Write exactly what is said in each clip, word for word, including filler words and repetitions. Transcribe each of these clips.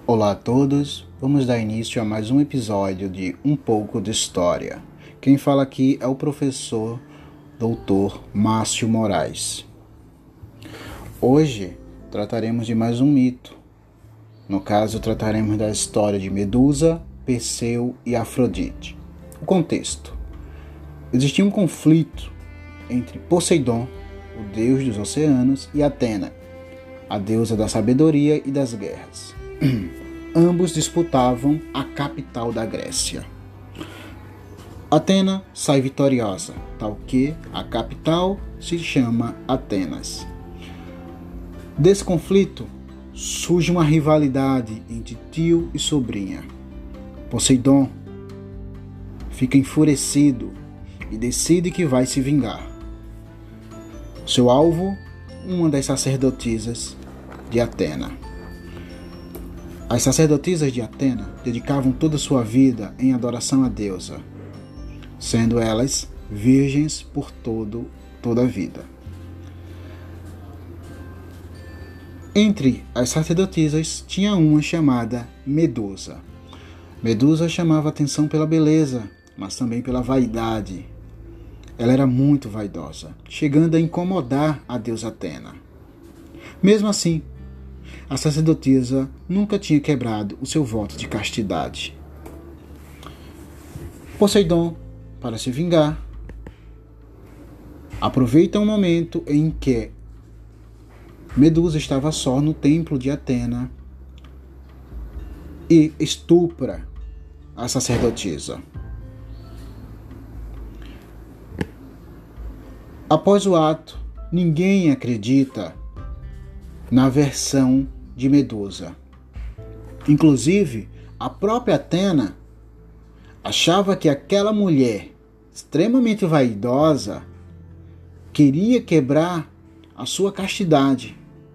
Olá a todos, vamos dar início a mais um episódio de Um Pouco de História. Quem fala aqui é o professor doutor Márcio Moraes. Hoje trataremos de mais um mito. No caso, trataremos da história de Medusa, Perseu e Afrodite. O contexto: existia um conflito entre Poseidon, o deus dos oceanos, e Atena, a deusa da sabedoria e das guerras. Ambos disputavam a capital da Grécia. Atena sai vitoriosa, tal que a capital se chama Atenas. Desse conflito surge uma rivalidade entre tio e sobrinha. Poseidon fica enfurecido e decide que vai se vingar. Seu alvo, uma das sacerdotisas de Atena. As sacerdotisas de Atena dedicavam toda a sua vida em adoração à deusa, sendo elas virgens por todo, toda a vida. Entre as sacerdotisas tinha uma chamada Medusa. Medusa chamava atenção pela beleza, mas também pela vaidade. Ela era muito vaidosa, chegando a incomodar a deusa Atena. Mesmo assim, a sacerdotisa nunca tinha quebrado o seu voto de castidade. Poseidon, para se vingar, aproveita um momento em que Medusa estava só no templo de Atena e estupra a sacerdotisa. Após o ato, ninguém acredita na versão de Medusa. Inclusive, a própria Atena achava que aquela mulher extremamente vaidosa queria quebrar a sua castidade.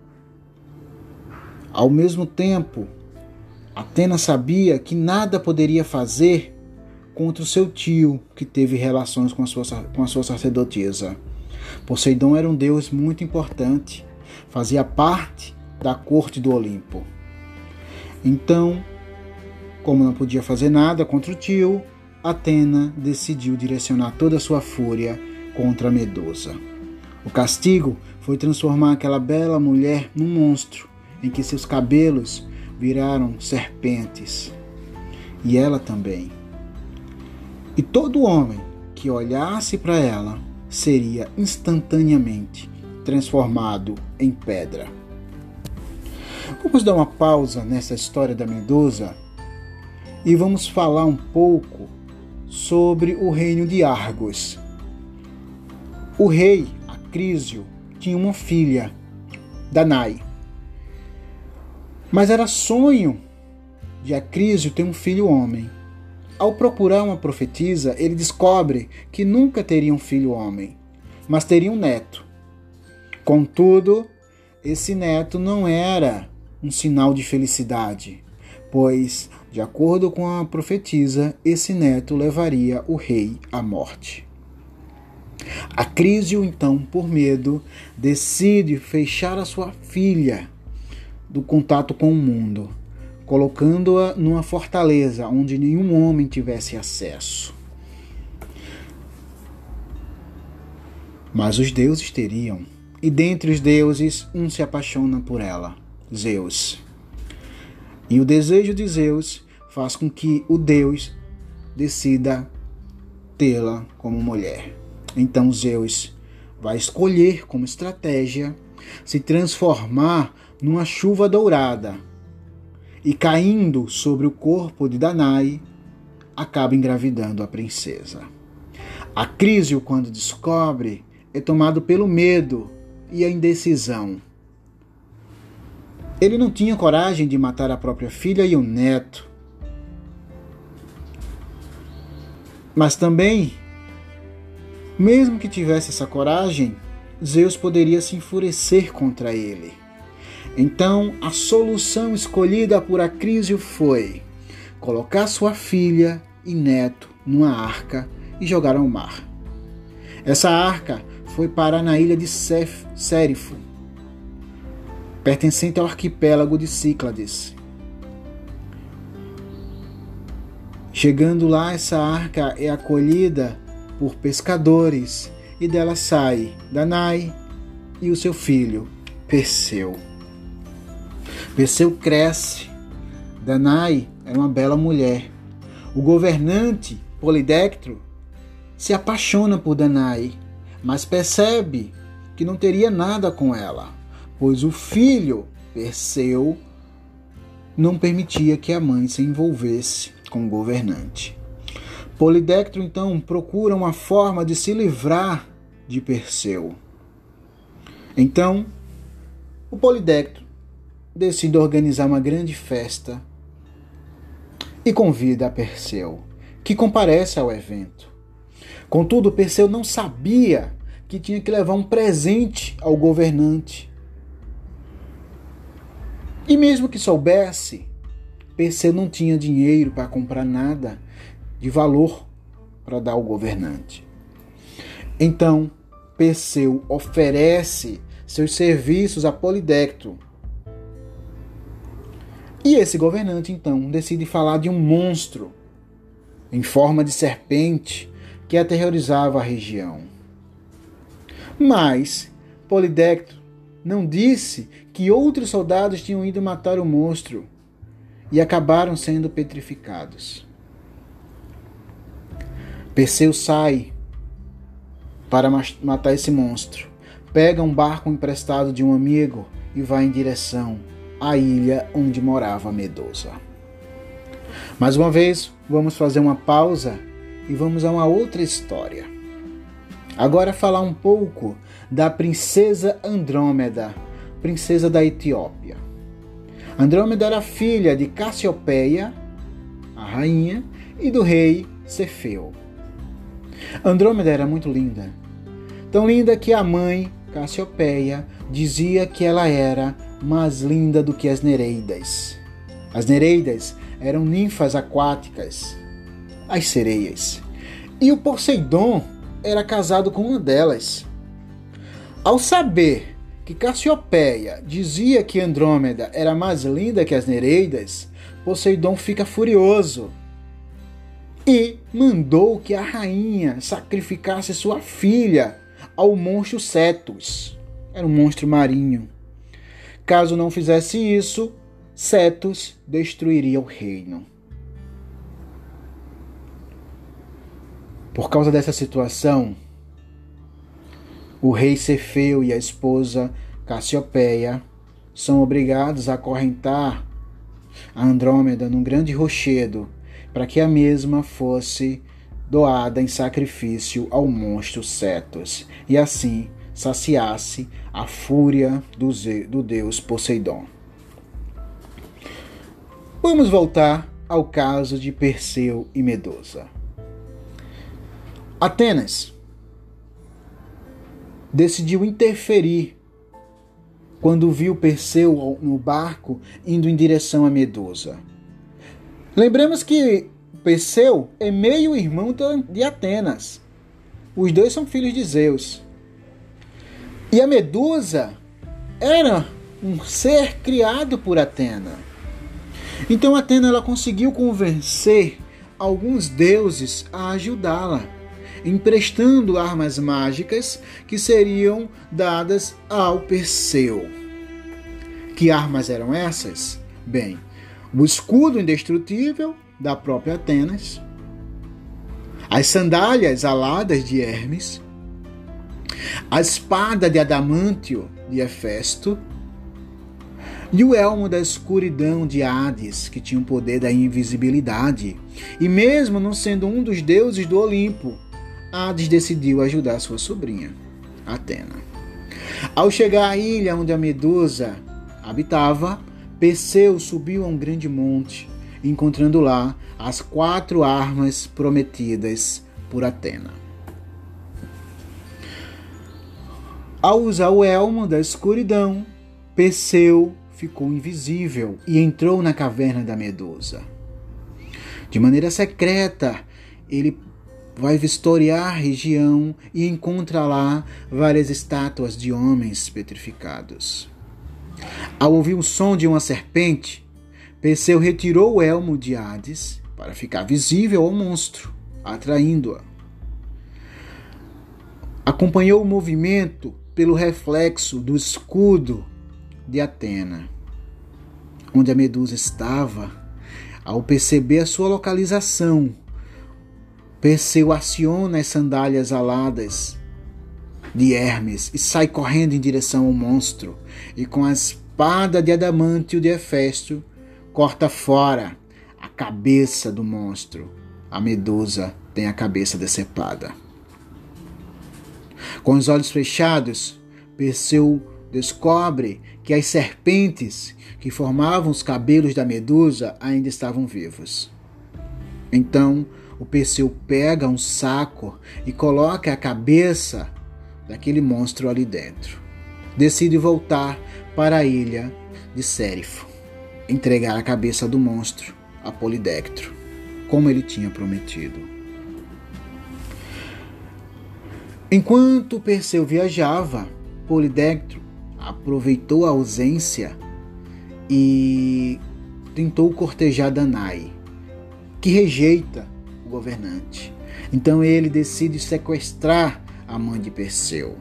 Ao mesmo tempo, Atena sabia que nada poderia fazer contra o seu tio, que teve relações com a sua, com a sua sacerdotisa. Poseidon era um deus muito importante, fazia parte da corte do Olimpo. Então, como não podia fazer nada contra o tio, Atena decidiu direcionar toda a sua fúria contra Medusa. O castigo foi transformar aquela bela mulher num monstro, em que seus cabelos viraram serpentes. E ela também. E todo homem que olhasse para ela seria instantaneamente transformado em pedra. Vamos dar uma pausa nessa história da Medusa e vamos falar um pouco sobre o reino de Argos. O rei Acrísio tinha uma filha, Danae. Mas era sonho de Acrísio ter um filho homem. Ao procurar uma profetisa, ele descobre que nunca teria um filho homem, mas teria um neto. Contudo, esse neto não era um sinal de felicidade, pois, de acordo com a profetisa, esse neto levaria o rei à morte. Acrísio, então, por medo, decide fechar a sua filha do contato com o mundo, colocando-a numa fortaleza onde nenhum homem tivesse acesso. Mas os deuses teriam. E dentre os deuses, um se apaixona por ela, Zeus. E o desejo de Zeus faz com que o deus decida tê-la como mulher. Então Zeus vai escolher como estratégia se transformar numa chuva dourada e, caindo sobre o corpo de Danae, acaba engravidando a princesa. Acrísio, quando descobre, é tomado pelo medo e a indecisão. Ele não tinha coragem de matar a própria filha e o neto. Mas também, mesmo que tivesse essa coragem, Zeus poderia se enfurecer contra ele. Então, a solução escolhida por Acrísio foi colocar sua filha e neto numa arca e jogar ao mar. Essa arca foi parar na ilha de Sérifo, pertencente ao arquipélago de Cíclades. Chegando lá, essa arca é acolhida por pescadores e dela sai Danae e o seu filho, Perseu. Perseu cresce. Danae era uma bela mulher. O governante, Polidectro, se apaixona por Danae, mas percebe que não teria nada com ela, pois o filho, Perseu, não permitia que a mãe se envolvesse com o governante. Polidectro, então, procura uma forma de se livrar de Perseu. Então, o Polidectro decide organizar uma grande festa e convida a Perseu, que comparece ao evento. Contudo, Perseu não sabia que tinha que levar um presente ao governante. E mesmo que soubesse, Perseu não tinha dinheiro para comprar nada de valor para dar ao governante. Então, Perseu oferece seus serviços a Polidectro. E esse governante, então, decide falar de um monstro em forma de serpente que aterrorizava a região. Mas Polidectro não disse que outros soldados tinham ido matar o monstro e acabaram sendo petrificados. Perseu sai para matar esse monstro, pega um barco emprestado de um amigo e vai em direção à ilha onde morava Medusa. Mais uma vez, vamos fazer uma pausa e vamos a uma outra história. Agora falar um pouco da princesa Andrômeda, princesa da Etiópia. Andrômeda era filha de Cassiopeia, a rainha, e do rei Cefeu. Andrômeda era muito linda, tão linda que a mãe, Cassiopeia, dizia que ela era mais linda do que as Nereidas. As Nereidas eram ninfas aquáticas, as sereias, e o Poseidon era casado com uma delas. Ao saber que Cassiopeia dizia que Andrômeda era mais linda que as Nereidas, Poseidon fica furioso e mandou que a rainha sacrificasse sua filha ao monstro Cetus. Era um monstro marinho. Caso não fizesse isso, Cetus destruiria o reino. Por causa dessa situação, o rei Cefeu e a esposa Cassiopeia são obrigados a acorrentar a Andrômeda num grande rochedo para que a mesma fosse doada em sacrifício ao monstro Cetus e assim saciasse a fúria do, do deus Poseidon. Vamos voltar ao caso de Perseu e Medusa. Atenas decidiu interferir quando viu Perseu no barco indo em direção a Medusa. Lembremos que Perseu é meio-irmão de Atenas. Os dois são filhos de Zeus. E a Medusa era um ser criado por Atena. Então Atena ela conseguiu convencer alguns deuses a ajudá-la, emprestando armas mágicas que seriam dadas ao Perseu. Que armas eram essas? Bem, o escudo indestrutível da própria Atenas, as sandálias aladas de Hermes, a espada de adamantio de Hefesto e o elmo da escuridão de Hades, que tinha o poder da invisibilidade. E mesmo não sendo um dos deuses do Olimpo, Hades decidiu ajudar sua sobrinha, Atena. Ao chegar à ilha onde a Medusa habitava, Perseu subiu a um grande monte, encontrando lá as quatro armas prometidas por Atena. Ao usar o elmo da escuridão, Perseu ficou invisível e entrou na caverna da Medusa. De maneira secreta, ele vai vistoriar a região e encontra lá várias estátuas de homens petrificados. Ao ouvir o som de uma serpente, Perseu retirou o elmo de Hades para ficar visível ao monstro, atraindo-a. Acompanhou o movimento pelo reflexo do escudo de Atena, onde a Medusa estava. Ao perceber a sua localização, Perseu aciona as sandálias aladas de Hermes e sai correndo em direção ao monstro, e com a espada de adamantio de Hefesto corta fora a cabeça do monstro. A Medusa tem a cabeça decepada. Com os olhos fechados, Perseu descobre que as serpentes que formavam os cabelos da Medusa ainda estavam vivos. Então, o Perseu pega um saco e coloca a cabeça daquele monstro ali dentro. Decide voltar para a ilha de Sérifo, entregar a cabeça do monstro a Polidectro, como ele tinha prometido. Enquanto Perseu viajava, Polidectro aproveitou a ausência e tentou cortejar Danae, que rejeita o governante. Então ele decide sequestrar a mãe de Perseu.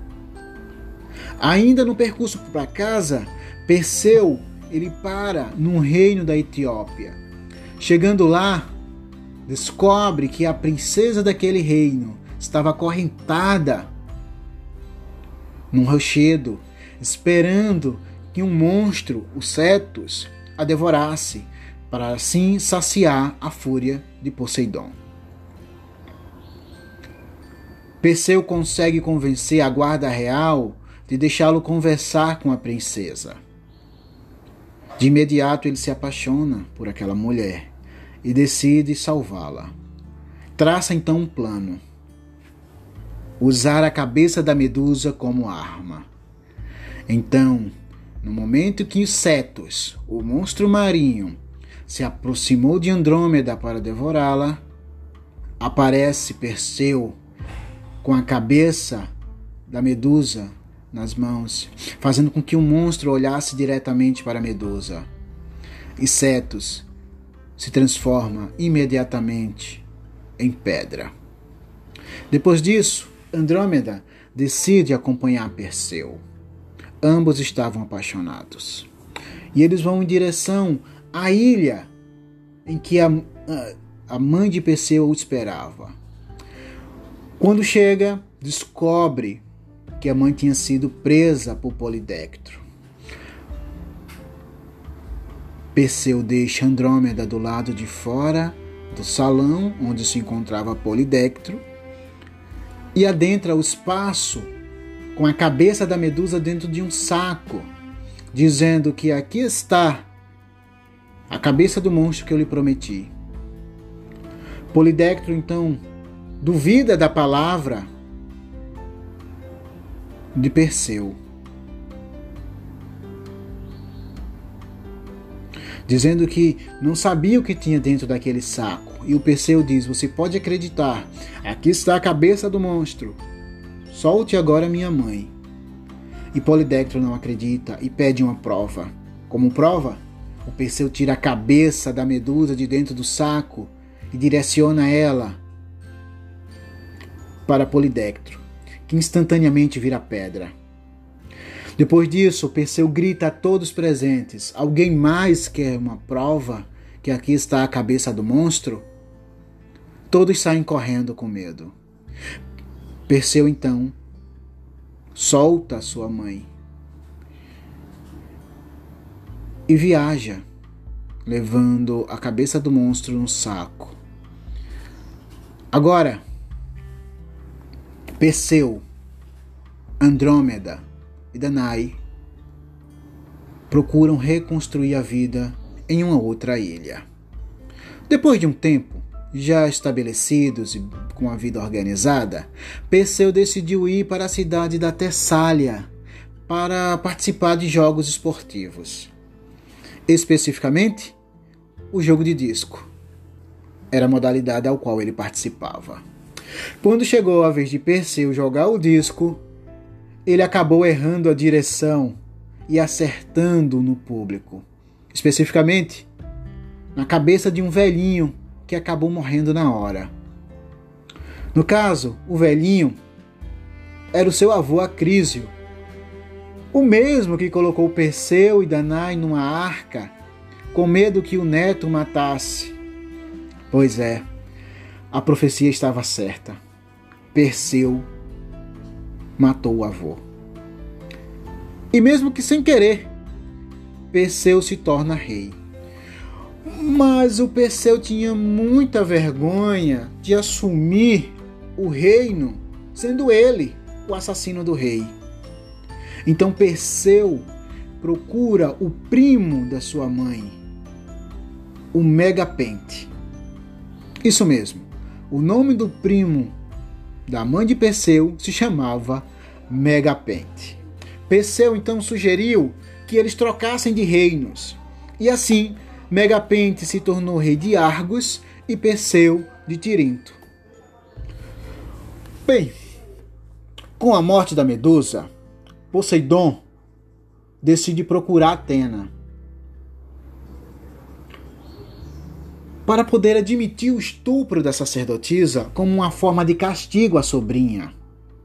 Ainda no percurso para casa, Perseu ele para num reino da Etiópia. Chegando lá, descobre que a princesa daquele reino estava acorrentada num rochedo, esperando que um monstro, o Cetus, a devorasse, para assim saciar a fúria de Poseidon. Perseu consegue convencer a guarda real de deixá-lo conversar com a princesa. De imediato ele se apaixona por aquela mulher e decide salvá-la. Traça então um plano: usar a cabeça da Medusa como arma. Então, no momento que o Cetus, o monstro marinho, se aproximou de Andrômeda para devorá-la, aparece Perseu com a cabeça da Medusa nas mãos, fazendo com que o monstro olhasse diretamente para a Medusa. E Cetus se transforma imediatamente em pedra. Depois disso, Andrômeda decide acompanhar Perseu. Ambos estavam apaixonados. E eles vão em direção à ilha em que a, a mãe de Perseu o esperava. Quando chega, descobre que a mãe tinha sido presa por Polidectro. Perseu deixa Andrômeda do lado de fora do salão onde se encontrava Polidectro e adentra o espaço com a cabeça da Medusa dentro de um saco, dizendo que aqui está a cabeça do monstro que eu lhe prometi. Polidectro então duvida da palavra de Perseu, dizendo que não sabia o que tinha dentro daquele saco. E o Perseu diz: você pode acreditar, aqui está a cabeça do monstro, solte agora minha mãe. E Polidectro não acredita e pede uma prova. Como prova, o Perseu tira a cabeça da Medusa de dentro do saco e direciona ela para Polidectro, que instantaneamente vira pedra. Depois disso, Perseu grita a todos presentes: alguém mais quer uma prova que aqui está a cabeça do monstro? Todos saem correndo com medo. Perseu então solta sua mãe e viaja, levando a cabeça do monstro no saco. Agora, Perseu, Andrômeda e Danae procuram reconstruir a vida em uma outra ilha. Depois de um tempo, já estabelecidos e com a vida organizada, Perseu decidiu ir para a cidade da Tessália para participar de jogos esportivos. Especificamente, o jogo de disco. Era a modalidade ao qual ele participava. Quando chegou a vez de Perseu jogar o disco, ele acabou errando a direção e acertando no público, especificamente na cabeça de um velhinho que acabou morrendo na hora. No caso, o velhinho era o seu avô Acrísio, o mesmo que colocou Perseu e Danae numa arca, com medo que o neto o matasse. Pois é, a profecia estava certa. Perseu matou o avô. E mesmo que sem querer, Perseu se torna rei. Mas o Perseu tinha muita vergonha de assumir o reino, sendo ele o assassino do rei. Então Perseu procura o primo da sua mãe, o Megapente. Isso mesmo, o nome do primo da mãe de Perseu se chamava Megapente. Perseu então sugeriu que eles trocassem de reinos, e assim Megapente se tornou rei de Argos e Perseu de Tirinto. Bem, com a morte da Medusa, Poseidon decide procurar Atena para poder admitir o estupro da sacerdotisa como uma forma de castigo à sobrinha.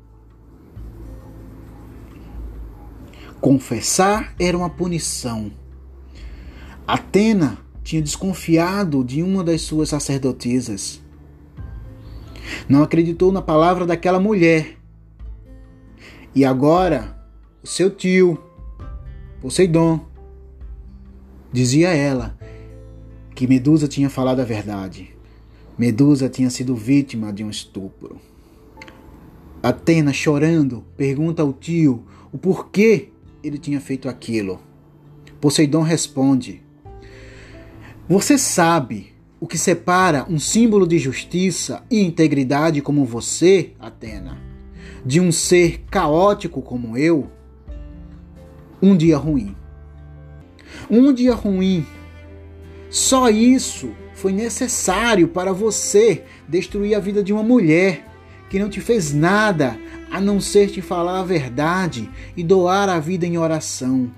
Confessar era uma punição. Atena tinha desconfiado de uma das suas sacerdotisas. Não acreditou na palavra daquela mulher. E agora, o seu tio, Poseidon, dizia a ela que Medusa tinha falado a verdade. Medusa tinha sido vítima de um estupro. Atena, chorando, pergunta ao tio o porquê ele tinha feito aquilo. Poseidon responde: você sabe o que separa um símbolo de justiça e integridade como você, Atena, de um ser caótico como eu? Um dia ruim. Um dia ruim. Só isso foi necessário para você destruir a vida de uma mulher que não te fez nada a não ser te falar a verdade e doar a vida em oração.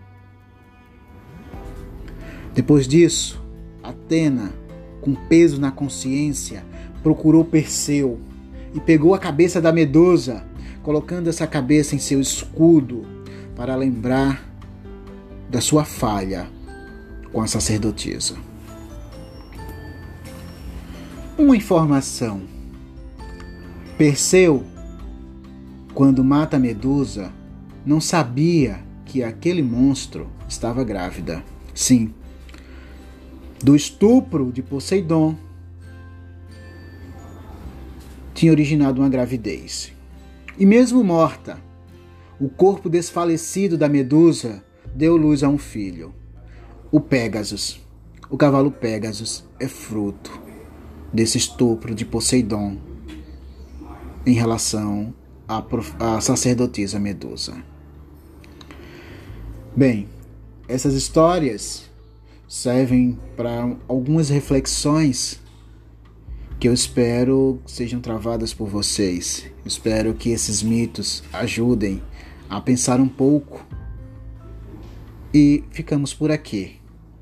Depois disso, Atena, com peso na consciência, procurou Perseu e pegou a cabeça da Medusa, colocando essa cabeça em seu escudo para lembrar da sua falha com a sacerdotisa. Uma informação: Perseu, quando mata a Medusa, não sabia que aquele monstro estava grávida. Sim, do estupro de Poseidon tinha originado uma gravidez. E mesmo morta, o corpo desfalecido da Medusa deu luz a um filho, o Pégasus. O cavalo Pégasus é fruto desse estupro de Poseidon em relação à, à sacerdotisa Medusa. Bem, essas histórias servem para algumas reflexões que eu espero sejam travadas por vocês. Eu espero que esses mitos ajudem a pensar um pouco. E ficamos por aqui.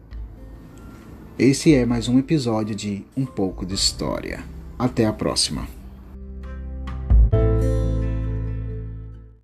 Esse é mais um episódio de Um Pouco de História. Até a próxima.